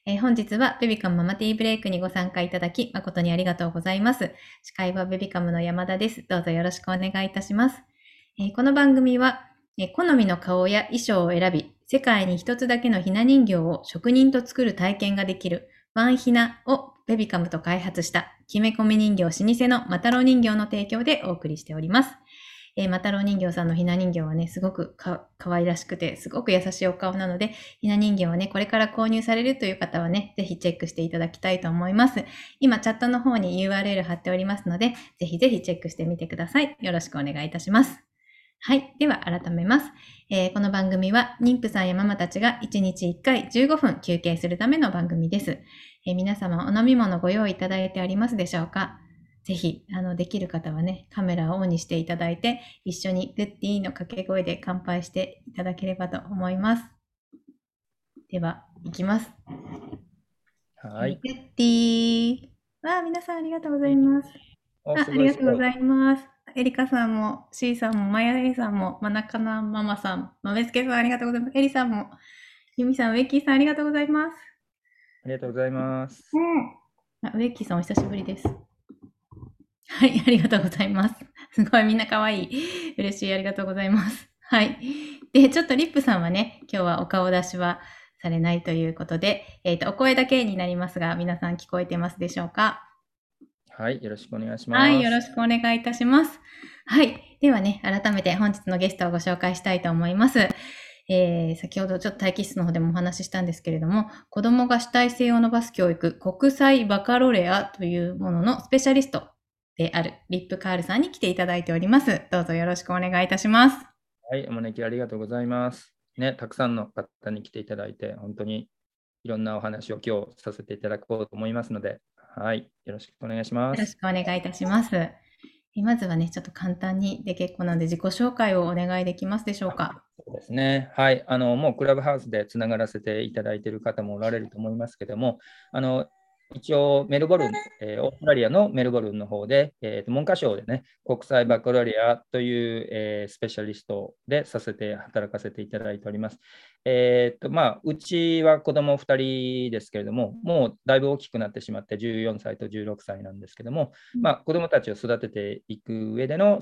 本日はベビカムママティーブレイクにご参加いただき誠にありがとうございます。司会はベビカムの山田です。どうぞよろしくお願いいたします。この番組は、好みの顔や衣装を選び、世界に一つだけのひな人形を職人と作る体験ができるワンひなをベビカムと開発したきめ込み人形老舗のマタロウ人形の提供でお送りしております。マタロウ人形さんのひな人形はね、すごく可愛らしくて、すごく優しいお顔なので、ひな人形はね、これから購入されるという方はね、ぜひチェックしていただきたいと思います。今、チャットの方に URL 貼っておりますので、ぜひぜひチェックしてみてください。よろしくお願いいたします。はい。では、改めます。この番組は、妊婦さんやママたちが1日1回15分休憩するための番組です。皆様、お飲み物ご用意いただいてありますでしょうか？ぜひ、できる方はね、カメラをオンにしていただいて、一緒にグッディーの掛け声で乾杯していただければと思います。では、いきます。 はい。 グッディー。皆さんありがとうございます。 すありごいすごい。 がとうございます。エリカさんも、シーさんも、マヤエリさんも、マナカナママさん、マメスケさんありがとうございます。エリさんも、ユミさん、ウェッキーさんありがとうございます。 ありがとうございます。 うん。ウェッキーさんお久しぶりです。はい、ありがとうございます。すごい、みんな可愛い。嬉しい、ありがとうございます。はい。で、ちょっとリップさんはね、今日はお顔出しはされないということで、お声だけになりますが、皆さん聞こえてますでしょうか？ はい、よろしくお願いしはい、 ます。 よろしくお願いいたします。はい。ではね、改めて本日のゲストをご紹介したいと思います。先ほどちょっと待機室の方でもお話ししたんですけれども、子供が主体性を伸ばす教育、国際バカロレアというもののスペシャリストであるリップカールさんに来ていただいております。どうぞよろしくお願いいたします。 はい、お招きありがとうございます。ね、たくさんの方に来ていただいて、本当にいろんなお話を今日させていただこうと思いますので、はい、よろしくお願いします。 よろしくお願いいたします。まずはね、ちょっと簡単にで結構なので自己紹介をお願いできますでしょうか。 そうですね。はい。もうクラブハウスでつながらせていただいている方もおられると思いますけども、一応メルボルン、オーストラリアのメルボルンの方で、文科省でね、国際バカロレアという、スペシャリストで働かせていただいております。うちは子供2人ですけれども、もうだいぶ大きくなってしまって、14歳と16歳なんですけども、子供たちを育てていく上での、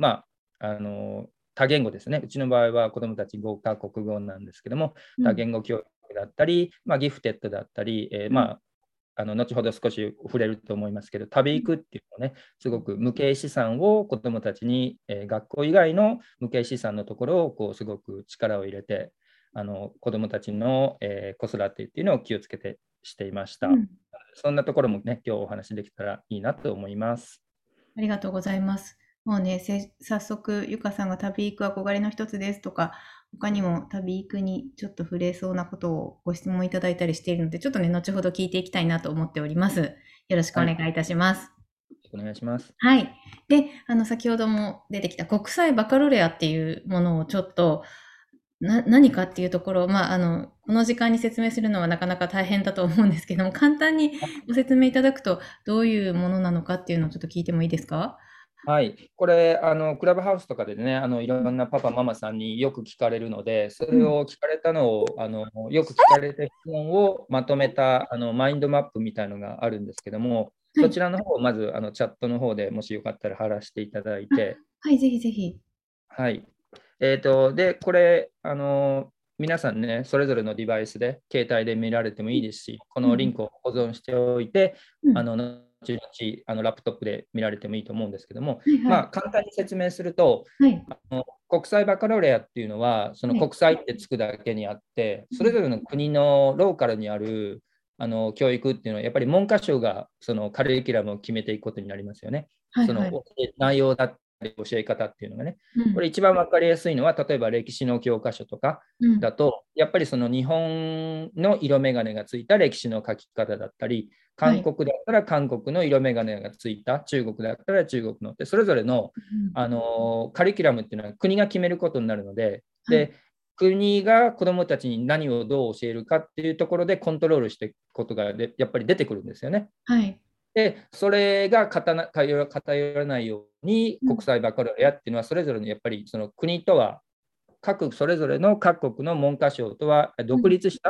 多言語ですね。うちの場合は子どもたち5カ国語なんですけども、多言語教育だったり、ギフテッドだったり、後ほど少し触れると思いますけど、旅育っていうのをね、すごく無形資産を子どもたちに、学校以外の無形資産のところをすごく力を入れて、子どもたちの、子育てっていうのを気をつけてしていました。そんなところもね、今日お話できたらいいなと思います。 ありがとうございます。もうね、早速、ゆかさんが旅育憧れの一つですとか、他にも旅育にちょっと触れそうなことをご質問いただいたりしているので、ちょっとね、後ほど聞いていきたいなと思っております。よろしくおはい、よ願いいたします。 ろしくお願いします。 はい。で、先ほども出てきた国際バカロレアっていうものをちょっと、何かっていうところを、この時間に説明するのはなかなか大変だと思うんですけども、簡単にご説明いただくと、どういうものなのかっていうのをちょっと聞いてもいいですか？ はい、これクラブハウスとかでね、いろんなパパ、ママさんによく聞かれるので、それうん。 を聞かれたのを、よく聞かれた質問をまとめたマインドマップみたいのがあるんですけども、 はい。 そちらの方をまずチャットの方でもしよかったら貼らせていただいあ、 て、 はい、ぜひぜひ。 はい。で、これ、皆さんね、それぞれのデバイスで、携帯で見られてもいいですし、こうん。 のリンクを保存しておいて、 うん。 後々ラップトップで見られてもいいと思うんですけども、 はいはい。 簡単に説明すると、 はい。 国際バカロレアっていうのは、そのはい。 国際ってつくだけにあって、 うん。 それぞれの国のローカルにある教育っていうのは、やっぱり文科省がそのカリキュラムを決めていくことになりますよね。そのはいはい。 内容だったり教え方っていうのがね。 うん。 これ一番分かりやすいのは、例えば歴史の教科書とかうん。 だと、やっぱりその日本の色眼鏡がついた歴史の書き方だったり、 はい。 韓国だったら韓国の色眼鏡がついた、中国だったら中国のって、それぞれの、 うん。 カリキュラムっていうのは国が決めることになるので、 はい。 国が子どもたちに何をどう教えるかっていうところでコントロールしていくことがやっぱり出てくるんですよね。 はい。 で、それが偏らないようにうん。 国際バカロレアっていうのはそれぞれのやっぱりその国とはそれぞれの各国の文科省とはうん。 独立した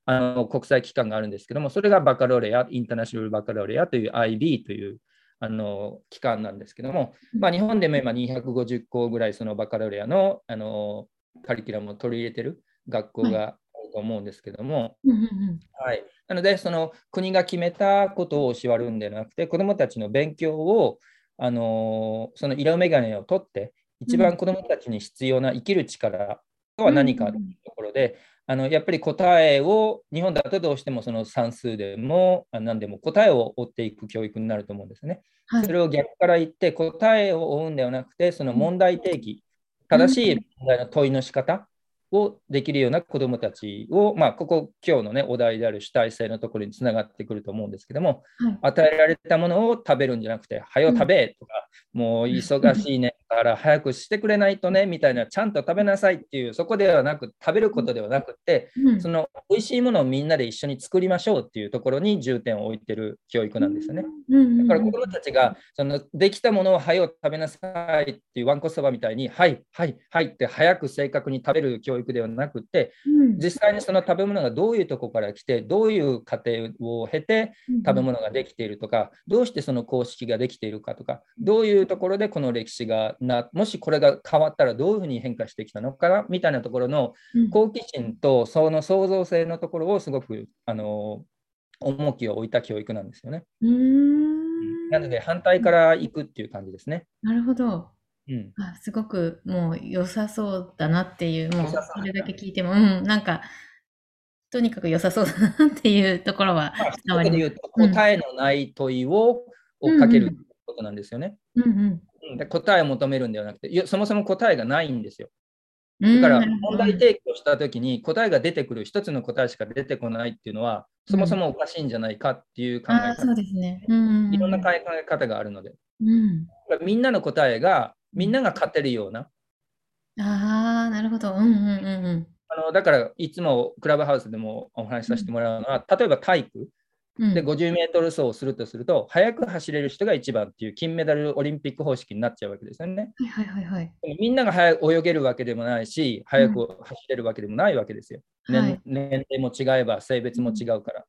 国際機関があるんですけども、それがバカロレア、インターナショナルバカロレアという IB という機関なんですけども、日本でも今250校ぐらいそのバカロレアの、カリキュラムを取り入れてる学校があると思うんですけども、はい、なので、その国が決めたことを教わるんではなくて、子どもたちの勉強を、その色眼鏡を取って、一番子どもたちに必要な生きる力とは何かというところで、やっぱり答えを、日本だとどうしてもその算数でも何でも答えを追っていく教育になると思うんですね。それを逆から言って、答えを追うんではなくて、その問題提起、正しい問題の問いの仕方をできるような子どもたちを、今日の、ね、お題である主体性のところにつながってくると思うんですけども、与えられたものを食べるんじゃなくて、はよ食べとか、もう忙しいねから早くしてくれないとねみたいな、ちゃんと食べなさいっていう、そこではなく、食べることではなくて、その美味しいものをみんなで一緒に作りましょうっていうところに重点を置いてる教育なんですよね。だから子どもたちがそのできたものをはよ食べなさいっていうわんこそばみたいに、はいはいはいって早く正確に食べる教育ではなくて、実際にその食べ物がどういうところから来て、どういう過程を経て食べ物ができているとか、どうしてその公式ができているかとか、どういうところでこの歴史がもしこれが変わったらどういうふうに変化してきたのかなみたいなところの好奇心とその創造性のところをすごく重きを置いた教育なんですよね。なので反対から行くっていう感じですね。 なるほど。 うん、 すごくもう良さそうだなっていう、もうそれだけ聞いても、なんか、とにかく良さそうだなっていうところは伝わります。 一言で言うと、答えのない問いを追っかけることなんですよね。答えを求めるんではなくて、そもそも答えがないんですよ。だから問題提起をしたときに答えが出てくる、一つの答えしか出てこないっていうのは、そもそもおかしいんじゃないかっていう考え方。 そうですね。 いろんな考え方があるので。みんなの答えが、みんなが勝てるような。 なるほど。 だから、いつもクラブハウスでもお話しさせてもらうのは、例えば体育で50メートル走をするとすると、速く走れる人が一番っていう金メダルオリンピック方式になっちゃうわけですよね。みんなが速く泳げるわけでもないし、速く走れるわけでもないわけですよ。年齢も違えば、性別も違うから。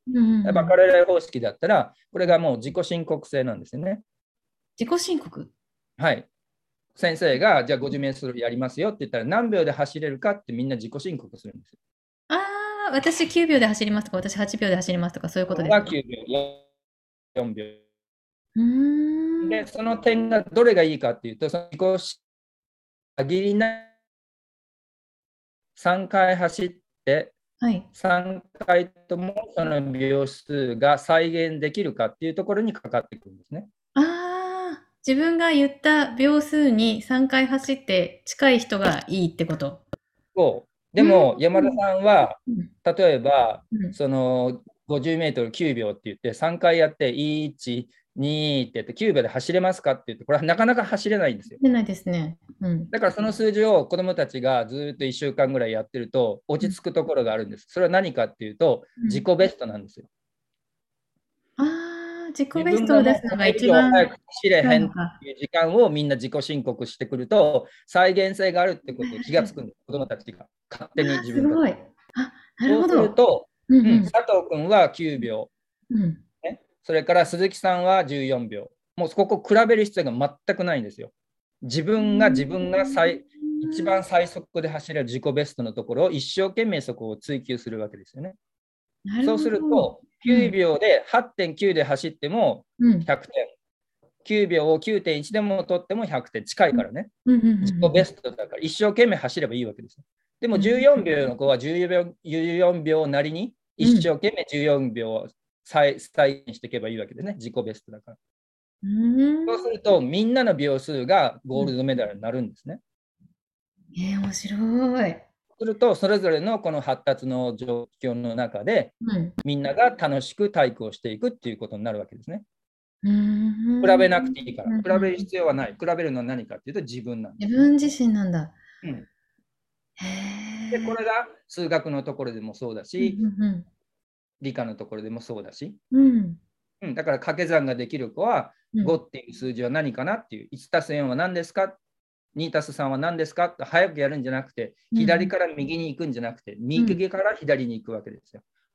バカレラ方式だったら、これがもう自己申告制なんですよね。 自己申告？ はい。先生が、じゃあ50メートルやりますよって言ったら、何秒で走れるかってみんな自己申告するんですよ。 私9秒で走りますとか、私8秒で走りますとか、そういうことですか ？9秒、4秒。 で、 その点がどれがいいかっていうと、その自己限りな3回走って、3回ともその秒数が再現できるかっていうところにかかってくるんですね。 自分が言った秒数に3回走って近い人がいいってこと？ でも、山田さんは、例えば、その50メートル9秒って言って、3回やって、1、2って言って、9秒で走れますかって言って、これはなかなか走れないんですよ。 走れないですね。 だからその数字を子どもたちがずっと1週間ぐらいやってると、落ち着くところがあるんです。それは何かっていうと、自己ベストなんですよ。 自己ベストを出すのが一番早く走れへんっていう時間をみんな自己申告してくると、再現性があるってことに気がつくんです、子どもたちが。勝手に自分たち。そうすると、佐藤君は9秒、それから鈴木さんは14秒。もうここ比べる必要が全くないんですよ。自分が一番最速で走れる自己ベストのところを一生懸命そこを追求するわけですよね。そうすると、9秒で 8.9 で走っても100点、9秒を 9.1 でも取っても100点近いからね。自己ベストだから一生懸命走ればいいわけです。でも14秒の子は14秒なりに一生懸命14秒を再現していけばいいわけですね。自己ベストだから。そうすると、みんなの秒数がゴールドメダルになるんですね。 面白い。 すると、それぞれのこの発達の状況の中で、みんなが楽しく体育をしていくっていうことになるわけですね。比べなくていいから。比べる必要はない。比べるのは何かっていうと自分なんです。 自分自身なんだ。 で、これが数学のところでもそうだし、理科のところでもそうだし、だから掛け算ができる子は、5っていう数字は何かなっていう、1たす4は何ですか、2たす3は何ですかって早くやるんじゃなくて、左から右に行くんじゃなくて、右から左に行くわけですよ。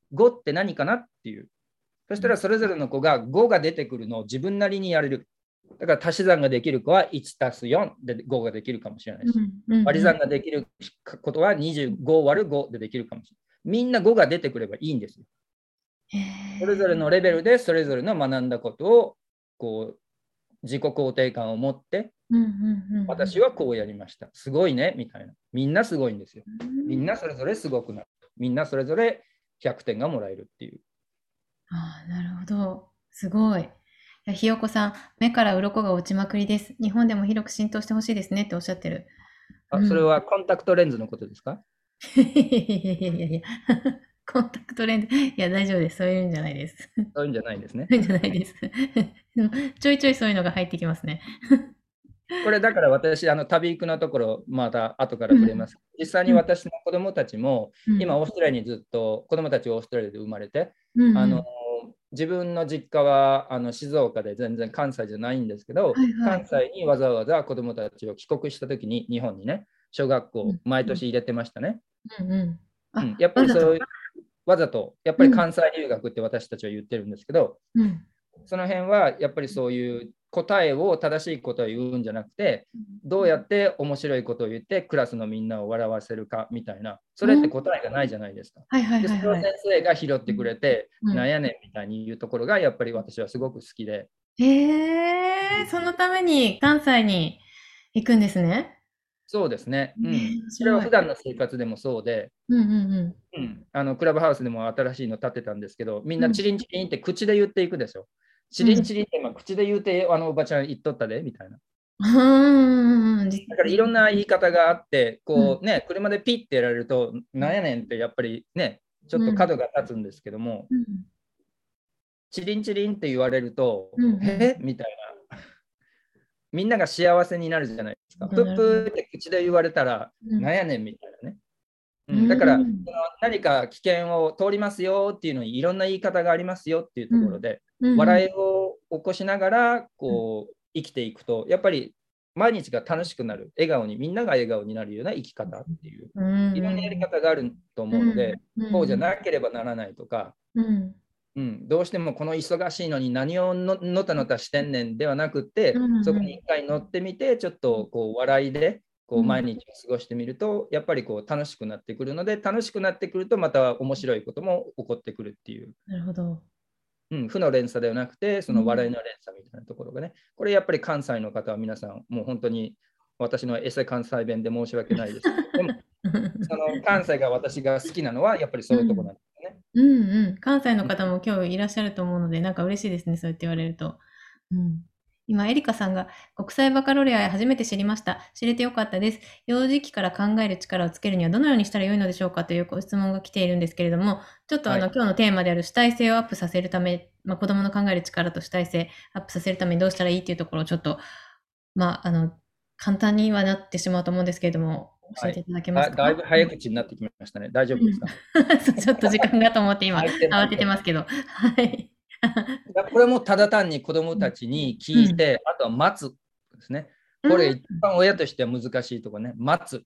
5って何かなっていう。そしたらそれぞれの子が5が出てくるのを自分なりにやれる。だから足し算ができる子は1たす4で5ができるかもしれないし、割り算ができることは25割る5でできるかもしれない。みんな5が出てくればいいんですよ。それぞれのレベルでそれぞれの学んだことをこう自己肯定感を持って、私はこうやりました。すごいねみたいな。みんなすごいんですよ。みんなそれぞれすごくなる。みんなそれぞれ100点がもらえるっていう。 ああ、なるほど。すごい。いや、ひよこさん、目から鱗が落ちまくりです。日本でも広く浸透してほしいですねっておっしゃってる。 それはコンタクトレンズのことですか？ いやいやいやいや、コンタクトレンズ、いや、大丈夫です。そういうんじゃないです。 そういうんじゃないんですね。 そういうんじゃないです。ちょいちょいそういうのが入ってきますね。 これだから私、旅行くのところ、また後から触れます。実際に私の子供たちも、今、オーストラリアにずっと、子供たちオーストラリアで生まれて、自分の実家は静岡で全然関西じゃないんですけど、関西にわざわざ子供たちを帰国したときに、日本にね、小学校、毎年入れてましたね。やっぱりそういう、わざと、やっぱり関西留学って私たちは言ってるんですけど、その辺はやっぱりそういう答えを正しいことを言うんじゃなくて、どうやって面白いことを言ってクラスのみんなを笑わせるかみたいな、それって答えがないじゃないですか。で、それを先生が拾ってくれて、なんやねんみたいに言うところがやっぱり私はすごく好きで。 そのために関西に行くんですね。 そうですね。 面それは白い。 普段の生活でもそうで、クラブハウスでも新しいの建てたんですけど、みんなチリンチリンって口で言っていくでしょ。チリンチリンって今口で言うて、おばちゃん言っとったでみたいな。だからいろんな言い方があって、こうね、車でピッてやられると、なんやねんってやっぱりね、ちょっと角が立つんですけども、チリンチリンって言われると、みたいな。みんなが幸せになるじゃないですか。プップーって口で言われたら、なんやねんみたいなね。だから、何か危険を通りますよっていうのにいろんな言い方がありますよっていうところで、笑いを起こしながらこう生きていくと、やっぱり毎日が楽しくなる、笑顔に、みんなが笑顔になるような生き方っていう、いろんなやり方があると思うので、こうじゃなければならないとか、どうしてもこの忙しいのに何をのたのたしてんねんではなくて、そこに一回乗ってみて、ちょっとこう笑いで、こう毎日を過ごしてみると、やっぱりこう楽しくなってくるので、楽しくなってくるとまた面白いことも起こってくるっていう。 なるほど。 負の連鎖ではなくて、その笑いの連鎖みたいなところがね、これやっぱり関西の方は皆さん、もう本当に私のエセ関西弁で申し訳ないです。でも、その関西が私が好きなのは、やっぱりそういうところなんですね。関西の方も今日いらっしゃると思うので、なんか嬉しいですね、そうやって言われると。今、エリカさんが国際バカロレア初めて知りました。知れてよかったです。幼児期から考える力をつけるにはどのようにしたらよいのでしょうかというご質問が来ているんですけれども、ちょっと今日のテーマである主体性をアップさせるため、子供の考える力と主体性アップさせるためにどうしたらいいっていうところをちょっと、簡単にはなってしまうと思うんですけれども、教えていただけますか？ だいぶ早口になってきましたね。大丈夫ですか？ ちょっと時間がと思って今、慌ててますけど。はい。 これもただ単に子どもたちに聞いて、あとは待つですね。これ一番親としては難しいところね。待つ。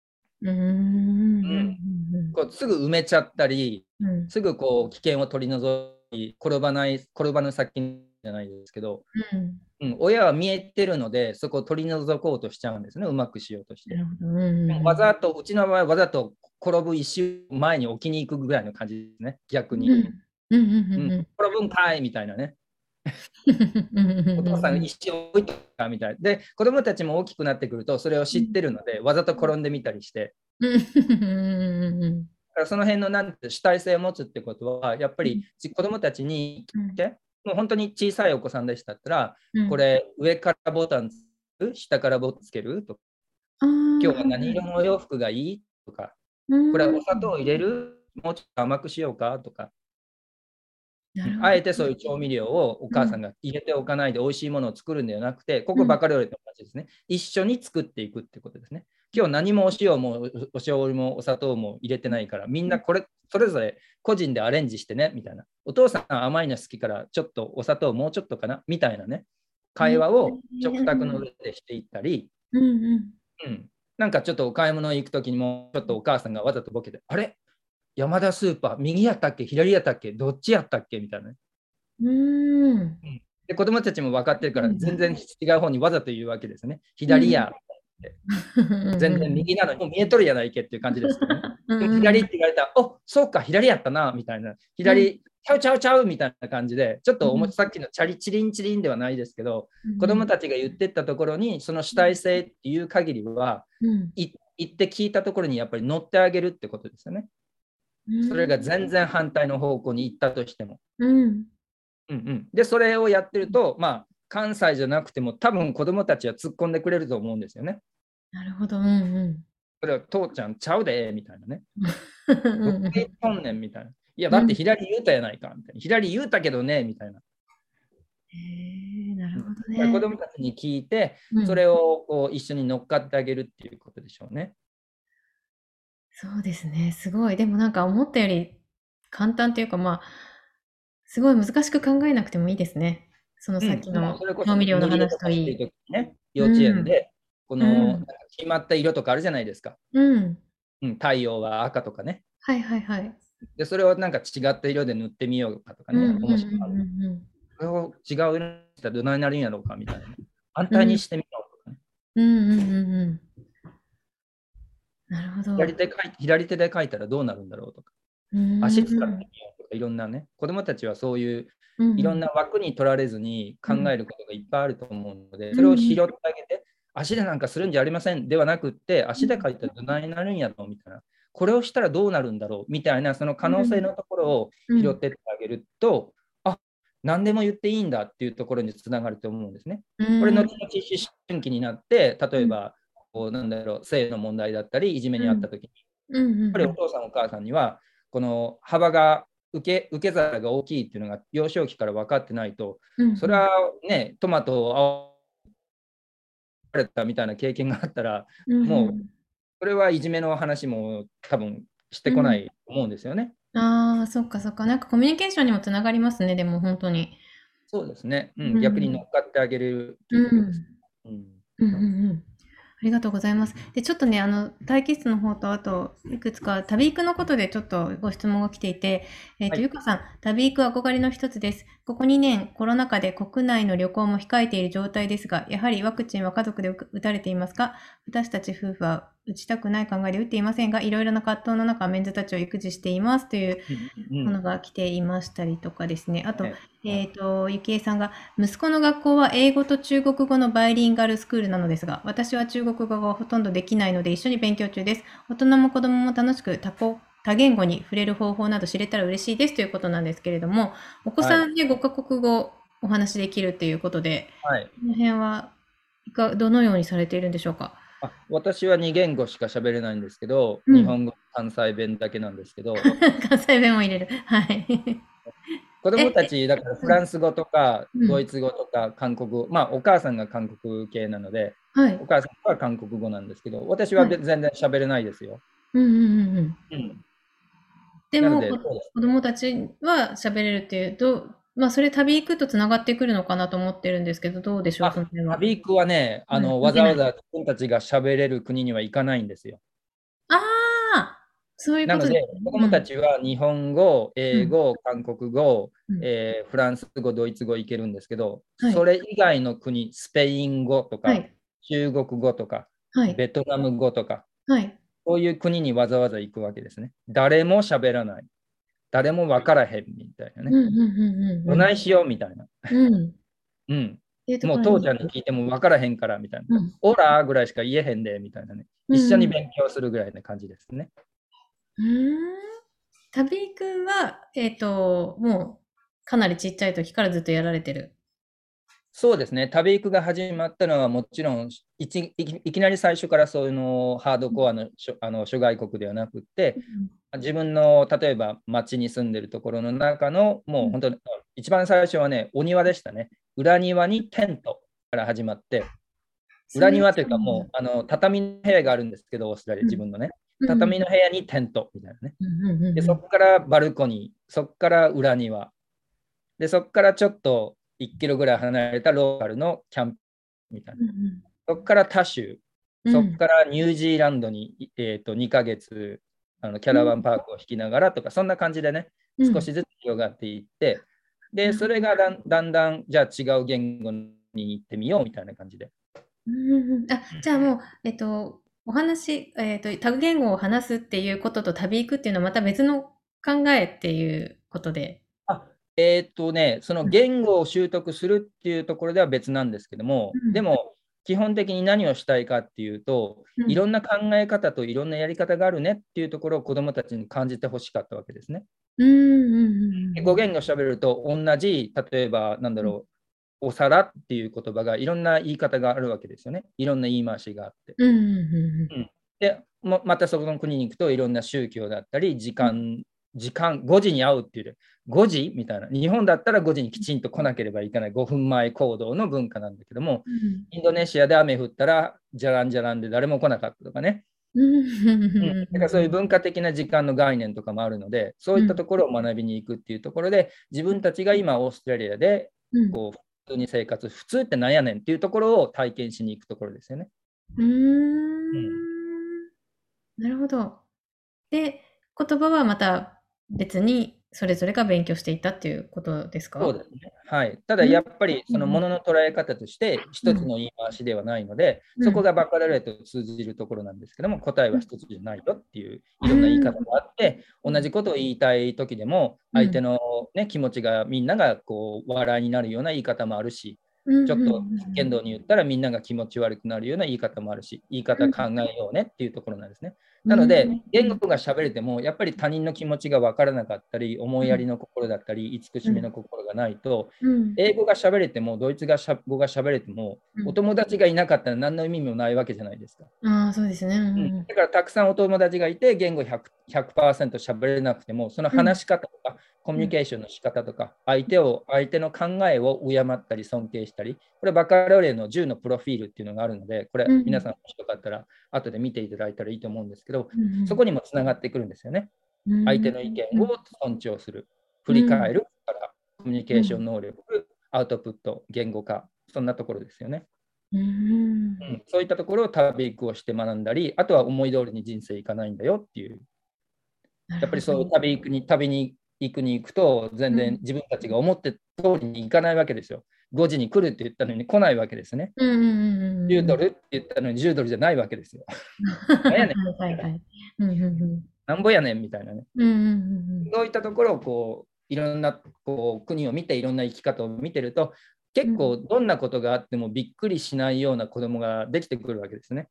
こうすぐ埋めちゃったり、すぐこう危険を取り除い、転ばぬ先じゃないですけど、親は見えてるので、そこを取り除こうとしちゃうんですね。うまくしようとして。わざと、うちの場合はわざと転ぶ石を前に置きに行くぐらいの感じですね。逆に。転ぶんかいみたいなね。お父さん石を置いたみたいで、子供たちも大きくなってくるとそれを知ってるので、わざと転んでみたりして、その辺のなんて主体性を持つってことは、やっぱり子供たちに聞いて、もう本当に小さいお子さんでしたったら、これ上からボタンつける、下からボタンつけるとか、今日は何色のお洋服がいいとか、これお砂糖入れる、もうちょっと甘くしようかとか、あえてそういう調味料をお母さんが入れておかないで美味しいものを作るんではなくて、ここバカ料理と同じですね。一緒に作っていくってことですね。今日何もお塩もお醤油もお砂糖も入れてないから、みんなこれそれぞれ個人でアレンジしてねみたいな。お父さん甘いの好きからちょっとお砂糖もうちょっとかなみたいなね。会話を食卓の上でしていったり、なんかちょっとお買い物行くときにもちょっとお母さんがわざとボケて、あれ山田スーパー、右やったっけ、左やったっけ、どっちやったっけみたいなね。 うーん。 で、子供たちも分かってるから、全然違う方にわざと言うわけですね。 うん。 左やって。全然うん右なのに、もう見えとるやないけっていう感じですけどね。でもうんうん。 左って言われたら、お、そうか、左やったな、みたいな。 うん。 左、ちゃうちゃうちゃうみたいな感じで、ちょっとうん。 さっきのチリンチリンではないですけど、子供うん。 たちが言ってったところに、その主体性っていう限りは、 うん。 言って聞いたところにやっぱり乗ってあげるってことですよね。 うん。 それが全然反対の方向に行ったとしても。 うん。 で、それをやってると、まあ、関西じゃなくても、多分子供たちは突っ込んでくれると思うんですよね。 なるほど。うんうん。 それは父ちゃんちゃうで、みたいなね。 うんどこで言っうんとんねん、みたいな。いや、だってうん。 左言うたやないか、みたいな。左言うたけどね、みたいな。 へえ、なるほどだから子ね。 供たちに聞いて、 うん。 それをこう一緒に乗っかってあげるっていうことでしょうね。 そうですね。すごい。でもなんか思ったより簡単というか、まあ、すごい難しく考えなくてもいいですね。そのさっきもうのそれこそ調味料の塗り絵と話といい。 かしてるときにね、幼稚うん。 園で、こうのん。 決まった色とかあるじゃないですか。 うん。 太陽は赤とかね。 はいはいはい。 で、それをなんか違った色で塗ってみようかとかね、 うんうんうん面白い。 うんそれを違う色にしたらどないなるんやろうかみたいなね。反うん。うん。 対にしてみようとかね。 うんうんうんうん。なるほど。 左手で書いたらどうなるんだろうとか。 うー足使ってん。 みようとか、いろんなね、子供たちはそういういろんうんな枠に取られずに考うん。 えることがいっぱいあると思うので、 うんうん。 それを拾ってあげて、足でなんかするんじゃありませんではなくって、 うん。 足で書いたらどないなるんやろうみたいな、これをしたらどうなるんだろうみたいな、その可能性うん。 のところをうん。 拾ってってあげると、あ、何でも言っていいんだっていうところにつながると思うんですね。 うこれ、後ーん。 々思春期になって、例うん。 えば、こうなんだろう、性の問題だったり、いじめにあっうん。 たときに、やっうんうんぱりおうん。 父さんお母さんには、この幅が受け皿が大きいっていうのが幼少期から分かってないと、 うんうん。 それはね、トマトをあれたみたいな経験があったら、 うんうもうん。 それはいじめの話も多分してこなうん。 いと思うんですよね。 ああ、そっかそっか。なんかコミュニケーションにもつながりますね、でも本当に。 そうですね、逆に乗うん。 っかってあげるとういうことです。 ん。 うん、 うんうんうん。ありがとうございます。で、ちょっとね、待機室の方と、あと、いくつか旅育のことでちょっとご質問が来ていて、 はい、 ゆかさん、旅育憧れの一つです。ここ2年、コロナ禍で国内の旅行も控えている状態ですが、やはりワクチンは家族で打たれていますか？私たち夫婦は打ちたくない考えで打っていませんが、いろいろな葛藤の中、メンズたちを育児していますといううんうんうん、 ものが来ていましたりとかですね。あと、 ね、 ゆきえさんが、息子の学校は英語と中国語のバイリンガルスクールなのですが、私は中国語がほとんどできないので一緒に勉強中です。大人も子供も楽しく多言語に触れる方法など知れたら嬉しいですということなんですけれども、お子はい、 さんで5カ国語お話しできるっていうことで、 はい。 この辺はどのようにされているんでしょうか？ 私は2言語しか喋れないんですけど、 うん。 日本語、関西弁だけなんですけど、 関西弁も入れる。はい。 子供たち、だからフうん。 ランス語とか、 うん。 ドイツ語とか、韓国語、まあ、お母さんが韓国系なので、 はい。 お母さんは韓国語なんですけど、私ははい。 全然喋れないですよ。 うんうんうんうん。 うん。なので、 でも、 そうですね。 子供たちは喋れるっていうと、まあ、それ旅行くと繋がってくるのかなと思ってるんですけど、どうでしょう、その辺は。 旅行はね、 はい、関わざわ係ない。 ざ自分たちが喋れる国には行かないんですよ。 ああ、そういうなので、 ことですね。 子うん。 供たちは日本語、 うん。 英語、韓国語、 うん。 フランス語、ドイツ語いけるんですけど、 はい。 それ以外の国、スペイン語とか、 はい。 中国語とか、 はい。 ベトナム語とか、 はい。 そういう国にわざわざ行くわけですね。誰も喋らない。誰も分からへんみたいなね。 うんうんうんうんうん。 どないしようみたいな。 うん。っうん。 ていうともころに。 う父ちゃんに聞いても分からへんからみたいな。 うん。 オラーぐらいしか言えへんでみたいなね。一緒にうんうん。 勉強するぐらいな感じですね。 うーん。旅くんは、もう、かなりちっちゃい時からずっとやられてる。 そうですね。旅育が始まったのはもちろんいきなり最初からそういうのハードコアの諸外国ではなくって、 うん。 自分の例えば町に住んでるところの中のうん。 もう本当に一番最初はね、お庭でしたね。裏庭にテントから始まって、裏そういう庭というかんだ。 もう畳の部屋があるんですけど、オーストラリアうん。 自分のね。 うんうん。 畳の部屋にテントみたいなね。 うんうんうんで、 うん。 そこからバルコニー、そこから裏庭。で、そこからちょっと1キロぐらい離れたローカルのキャンプみたいな。 うんうん。 そこから他州、 うん。 そこからニュージーランドに、2ヶ月、 キャラバンパークを引きながらとか、そんな感じでね、 うん少しずつ広がっていって、で、それがだんだん、じゃあ違う言語に行ってみようみたいな感じで。 じゃあもう、お話、多言語を話すっていうことと旅行くっていうのはまた別の考えっていうことで。 あ、そのうん言語を習得するっていうところでは別なんですけども、でも、基本的に何をしたいかっていうと、 うん。 いろんな考え方といろんなやり方があるねっていうところを子どもたちに感じてほしかったわけですね。 うんうん語源を喋ると同じ、例えば、なんだうんろう、お皿っていう言葉がいろんな言い方があるわけですよね。いろんな言い回しがあって。 うんうんうん、で、またそこの国に行くといろんな宗教だったり、時間、5時に会うっていう、5時みたいな。日本だったら5時にきちんと来なければいけない5分前行動の文化なんだけども、インドネシアで雨降ったら、じゃらんじゃらんで誰も来なかったとかね。だからそういう文化的な時間の概念とかもあるので、そういったところを学びに行くっていうところで、自分たちが今、オーストラリアでこう普通に生活、普通ってなんやねんっていうところを体験しに行くところですよね。うん、 なるほど。で、言葉はまた別にそれぞれが勉強していったっていうことですか？ そうですね。はい。ただ、 うん。 やっぱり、そのものの捉え方として、一つの言い回しではないので、 うん。 そこがバカラレーと通じるところなんですけども、答えは一つじゃないよっていう、いろんな言い方うん。 があって、同じことを言いたい時でも、相手の、ね、気持ちがみんながこう笑いになるような言い方もあるし、 うんうんちょっと剣道に言ったらみんなが気持ち悪くなるような言い方もあるし、言い方考えようねっていうところなんですね。なので、言語が喋れても、やっぱり他人の気持ちが分からなかったり、思いやりの心だったり、慈しみの心がないと、英語が喋れても、ドイツ語が喋れても、お友達がいなかったら何の意味もないわけじゃないですか。 ああ、そうですね。 だからたくさんお友達がいて、言語100%喋れなくても、その話し方とか、コミュニケーションの仕方とか、相手の考えを敬ったり尊敬したり、これバカロレーの10のプロフィールっていうのがあるので、これ皆さんもしよかったら後で見ていただいたらいいと思うんですけど、そこにもつながってくるんですよね。相手の意見を尊重する、振り返るから、コミュニケーション能力、アウトプット、言語化、そんなところですよね。そういったところを旅育をして学んだり、あとは思い通りに人生いかないんだよっていう、やっぱりそういう旅に行くと、全然自分たちが思って通りにいかないわけですよ。5時に来るって言ったのに来ないわけですね。10ドルって言ったのに10ドルじゃないわけですよ。なんやねん。 はいはい。 なんぼやねんみたいなね。そういったところをいろんな国を見て、いろんな生き方を見てると、結構どんなことがあってもびっくりしないような子供ができてくるわけですね。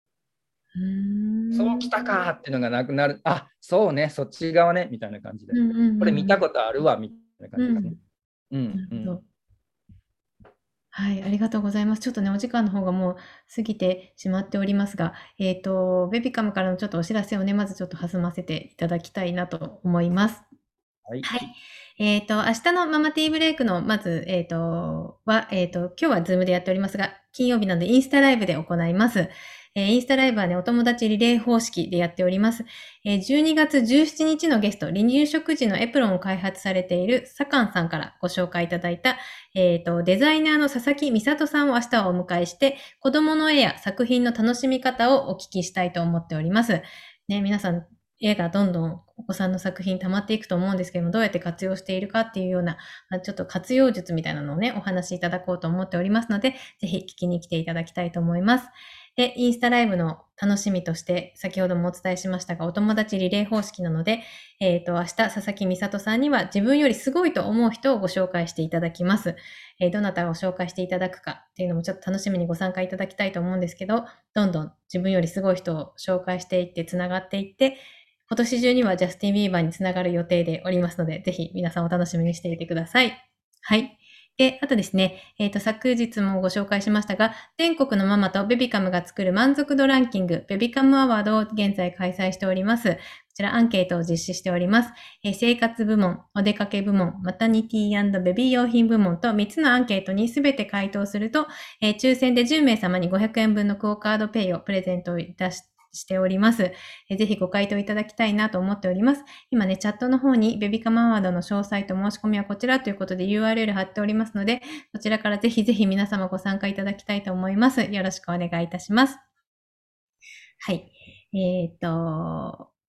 そうきたかっていうのがなくなる。あ、そうね、そっち側ね、みたいな感じで。これ見たことあるわ、みたいな感じですね。 なるほど。はい、ありがとうございます。ちょっとね、お時間の方がもう過ぎてしまっておりますが、ベビカムからのちょっとお知らせをね、まずちょっと挟ませていただきたいなと思います。 はい。 はい。明日のママティーブレイクの、まず、今日はズームでやっておりますが、金曜日なのでインスタライブで行います。インスタライブはね、お友達リレー方式でやっております。12月17日のゲスト、離乳食時のエプロンを開発されているサカンさんからご紹介いただいた、デザイナーの佐々木美里さんを明日はお迎えして、子供の絵や作品の楽しみ方をお聞きしたいと思っております。ね、皆さん、絵がどんどんお子さんの作品溜まっていくと思うんですけども、どうやって活用しているかっていうような、ちょっと活用術みたいなのをね、お話しいただこうと思っておりますので、ぜひ聞きに来ていただきたいと思います。で、インスタライブの楽しみとして、先ほどもお伝えしましたが、お友達リレー方式なので、明日、佐々木美里さんには自分よりすごいと思う人をご紹介していただきます。どなたを紹介していただくかっていうのもちょっと楽しみにご参加いただきたいと思うんですけど、どんどん自分よりすごい人を紹介していって、つながっていって、今年中にはジャスティン・ビーバーにつながる予定でおりますので、ぜひ皆さんお楽しみにしていてください。はい。で、あとですね、昨日もご紹介しましたが、全国のママとベビカムが作る満足度ランキング、ベビカムアワードを現在開催しております。こちらアンケートを実施しております。生活部門、お出かけ部門、マタニティ&ベビー用品部門と3つのアンケートにすべて回答すると、抽選で10名様に500円分のクオカードペイをプレゼントいたしております。ぜひご回答いただきたいなと思っております。今ね、チャットの方にベビカムアワードの詳細と申し込みはこちらということで URL 貼っておりますので、こちらからぜひぜひ皆様ご参加いただきたいと思います。よろしくお願いいたします。はい。あ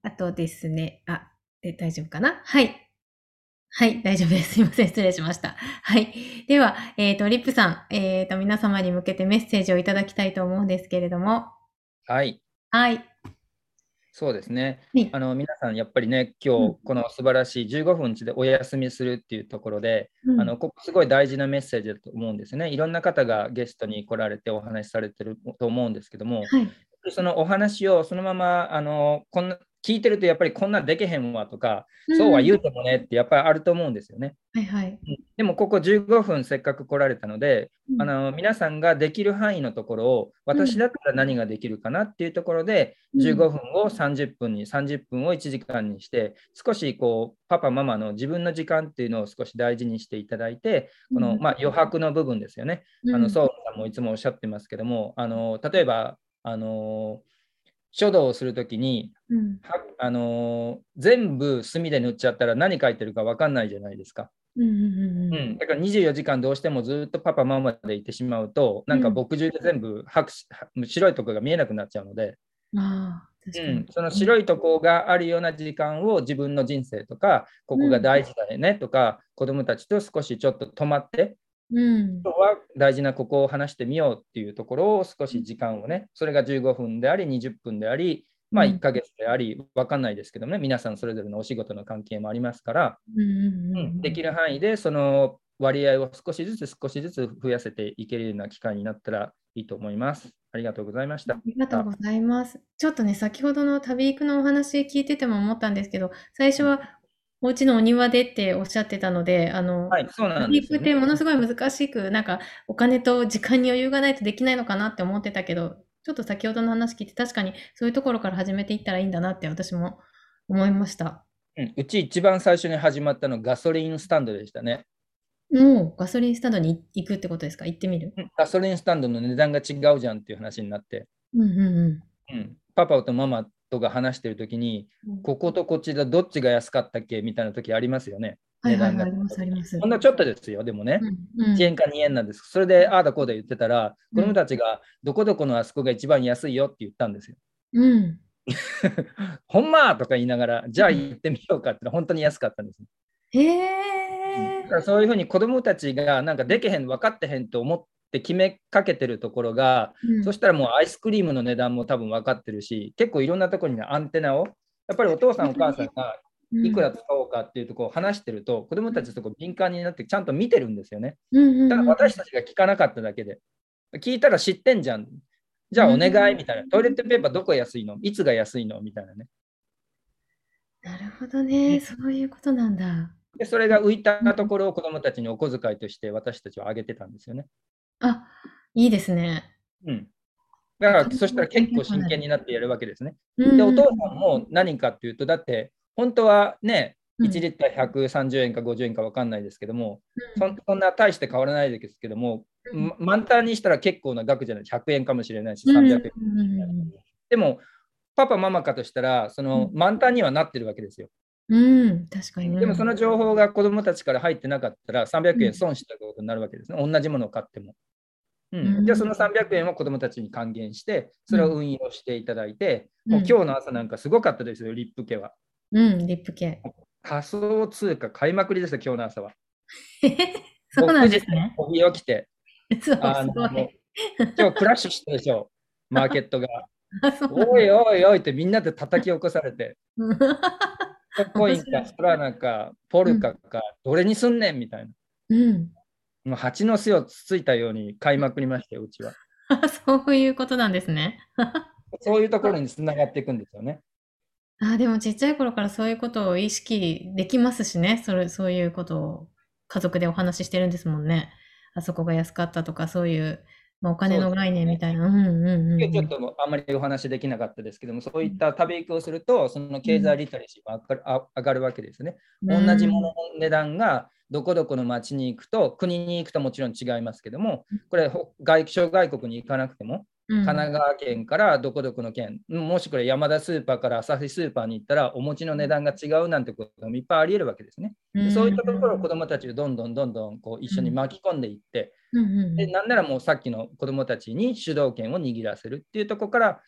あとですね、で、大丈夫かな？はい。はい、大丈夫です。すいません、失礼しました。はい。では、リップさん、皆様に向けてメッセージをいただきたいと思うんですけれども。 はい。 はい。 そうですね。 はい。 皆さん、やっぱりね、 うん。 今日、この素晴らしい15分でお休みするっていうところで、 うん。 ここすごい大事なメッセージだと思うんですね。いろんな方がゲストに来られてお話しされてると思うんですけども、 はい。 そのお話をそのまま、こんな、聞いてると、やっぱりこんなんできへんわとか、そうはうん。 言うてもねってやっぱりあると思うんですよね。 はいはい。 でもここ15分せっかく来られたので、 うん。 皆さんができる範囲のところを、 うん。 私だったら何ができるかなっていうところで、15 うん。 分を30分に、30分を1時間にして、少しこうパパ、ママの自分の時間っていうのを少し大事にしていただいて、この、 うん。 余白の部分ですよね。 うん。 そうさんもいつもおっしゃってますけども、例えば、書道をするときに、 うん。 全部墨で塗っちゃったら何書いてるか分かんないじゃないですか。 うんうんうんうん。 だから24時間どうしてもずっとパパママでいてしまうと、なんかうん。 墨汁で全部白いところが見えなくなっちゃうので、 ああ、確かに。 そのうん。 白いところがあるような時間を自分の人生とか、ここがうん。 大事だよねとか、子供たちと少しちょっと止まって、 うん。 今日は大事なここを話してみようっていうところを少し時間をね、それが15分であり、20分であり、まあ1 うん。 ヶ月であり、分かんないですけどね、皆さんそれぞれのお仕事の関係もありますから、 うんうんうんできる範囲でその割合を少しずつ増やせていけるような機会になったらいいと思います。ありがとうございました。 ありがとうございます。ちょっとね、先ほどの旅育のお話聞いてても思ったんですけど、最初はお家のお庭でっておっしゃってたので、 はい、そうなん旅ですよね。 育ってものすごい難しく、なんかお金と時間に余裕がないとできないのかなって思ってたけど、ちょっと先ほどの話聞いて確かにそういうところから始めていったらいいんだなって私も思いました。 うち一番最初に始まったのガソリンスタンドでしたね。 もうガソリンスタンドに行くってことですか？行ってみる？ ガソリンスタンドの値段が違うじゃんっていう話になって、 うんうんパパとママとが話してるときに、 うん。 こことこっちだどっちが安かったっけみたいな時ありますよね。値段が。 はいはいはい、ありますあります。 ほんのちょっとですよ、でもね。 うんう 1円んか2円なんです。それで、ああだこうだ言ってたら、子供うんたちが、どこどこのあそこが一番安いよって言ったんですよ。 うん。 ほんまーとか言いながら、じゃあうん。 行ってみようかって本当に安かったんです。 へだからえ。 そういうふうに子供たちがなんかできへん、分かってへんと思って決めかけてるところが、 うん。 そしたらもうアイスクリームの値段も多分分かってるし、結構いろんなところに、ね、アンテナを、やっぱりお父さんお母さんがいくらうん。 使おうかっていうところを話してると、子供たちそこ敏感になってちゃんと見てるんですよね。 うんただうんうん。 私たちが聞かなかっただけで、聞いたら知ってんじゃん。じゃあお願いみたいな。トイレットペーパーどこ安いのいつが安いのみたいなね。 なるほどね。そういうことなんだ。 で、それが浮いたうん。 ところを子どもたちにお小遣いとして私たちはあげてたんですよね。 あ、いいですね。 うん。だから、 お金そしたらの勉結構真強になる。 剣になってやるわけですね。で、おうんうん父さんも何かっていうと、だって、本当はね、1 うん。 リッター130円か50円か分かんないですけども、 うん。 そんな大して変わらないですけども、 うん。 満タンにしたら結構な額じゃない、100円かもしれないし、 うんうん 300円。 うんうんでも、パパ、ママかとしたら、そうん。 の満タンにはなってるわけですよ。 うん、確かに。 でも、そうん。 の情報が子どもたちから入ってなかったら、300円うん。 損したことになるわけですね。同じものを買っても。じゃあ、そうん。 の300円を子どもたちに還元して、それをうん。 運用していただいて、もううん。 今日の朝なんかすごかったですよ、リップ家は。 うん、リップ系。 仮想通貨買いまくりですよ、今日の朝は。 へへへ、そうなん 6時にですね。 起き起きて、 そう、 あの、 すごい。 今日クラッシュしたでしょ、マーケットが。 あ、そうなんだ。 おいおいおいってみんなで叩き起こされて、 うん。 コインか、 面白い。 ストラナか、ポうん。 ルカか、どれにすんねんみたいな。 うん。 もう蜂の巣をつついたように買いまくりましたよ、うちは。 そういうことなんですね。 そういうところにつながっていくんですよね。 でもちっちゃい頃からそういうことを意識できますしね。そういうことを家族でお話ししてるんですもんね。あそこが安かったとか、そういう、まあ、お金そうですの概念みね。 たいな。うんうん今日ちょっうんとあんまりお話できなかったですけども、そううん。 いった旅行をすると、その経済リテラシーも上がるわけですね。 う同じものん。 の値段がどこどこの町に行くと、国に行くともちろん違いますけども、これ、諸外国に行かなくても、 うん。 神奈川県からどこどこの県、もしこれ山田スーパーから朝日スーパーに行ったら、お餅の値段が違うなんてこともいっぱいあり得るわけですね。 うでそういったところをん。 子どもたちをどんどんこう一緒にうん。 巻き込んでいって、 うんうんうん。 なんならもうさっきの子どもたちに主導権を握らせるっていうところから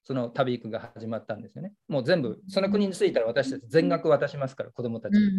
その旅育が始まったんですよね。もう全部、その国に着いたら私たち全額渡しますから、子どもたちに。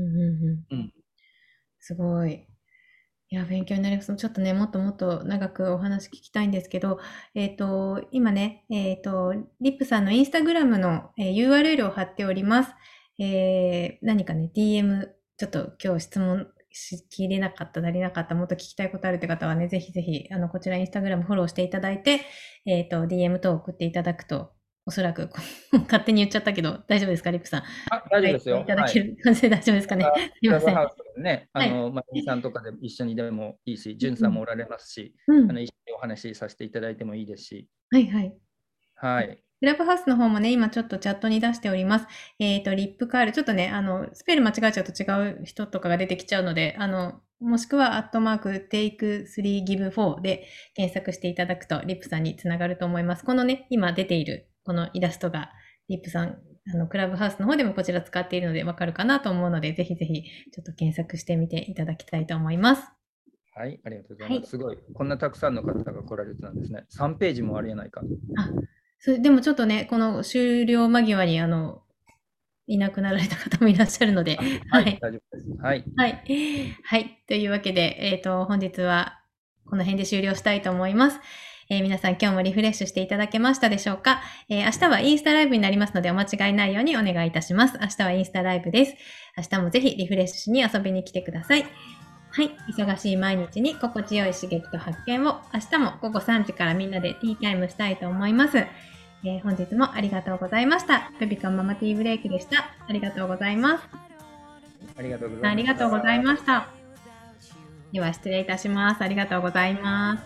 すごい。いや、勉強になります。ちょっとね、もっともっと長くお話聞きたいんですけど、今ね、リップさんのインスタグラムの、URL を貼っております。何かね、DM、ちょっと今日質問しきれなかった、足りなかった、もっと聞きたいことあるって方はね、ぜひぜひ、こちらインスタグラムフォローしていただいて、DM 等送っていただくと、おそらく、勝手に言っちゃったけど、大丈夫ですか、リップさん。 大丈夫ですよ。 いただける感じで大丈夫ですかね。すいません。 クラブハウスでね、 はい。 まゆみさんとかで一緒にでもいいし、じゅんさんもおられますし、一緒にお話しさせていただいてもいいですし。 はいはい。 はい。 クラブハウスの方もね、今ちょっとチャットに出しております。リップカール、ちょっとね、スペル間違えちゃうと違う人とかが出てきちゃうので、もしくは、@take3give4 で検索していただくと、リップさんにつながると思います。このね、今出ている、このイラストが、リップさん、クラブハウスの方でもこちら使っているのでわかるかなと思うので、ぜひぜひ、ちょっと検索してみていただきたいと思います。 はい、ありがとうございます。すごい、こんなたくさんの方が来られてたんですね。3ページもあるやないか。 でもちょっとね、この終了間際に、いなくなられた方もいらっしゃるので、 はい、大丈夫です。はい。 はい。はい。というわけで、本日はこの辺で終了したいと思います。皆さん今日もリフレッシュしていただけましたでしょうか。明日はインスタライブになりますのでお間違いないようにお願いいたします。明日はインスタライブです。明日もぜひリフレッシュしに遊びに来てください。はい。忙しい毎日に心地よい刺激と発見を明日も午後3時からみんなでティータイムしたいと思います。本日もありがとうございました。ベビカムママティーブレイクでした。ありがとうございます。 ありがとうございました。 ありがとうございました。では失礼いたします。ありがとうございます。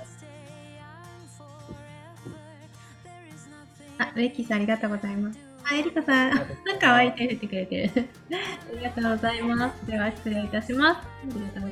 ウェッキーさんありがとうございます。エリカさん、可愛い手振ってくれてる。ありがとうございます。では失礼いたします。ありがとうございます。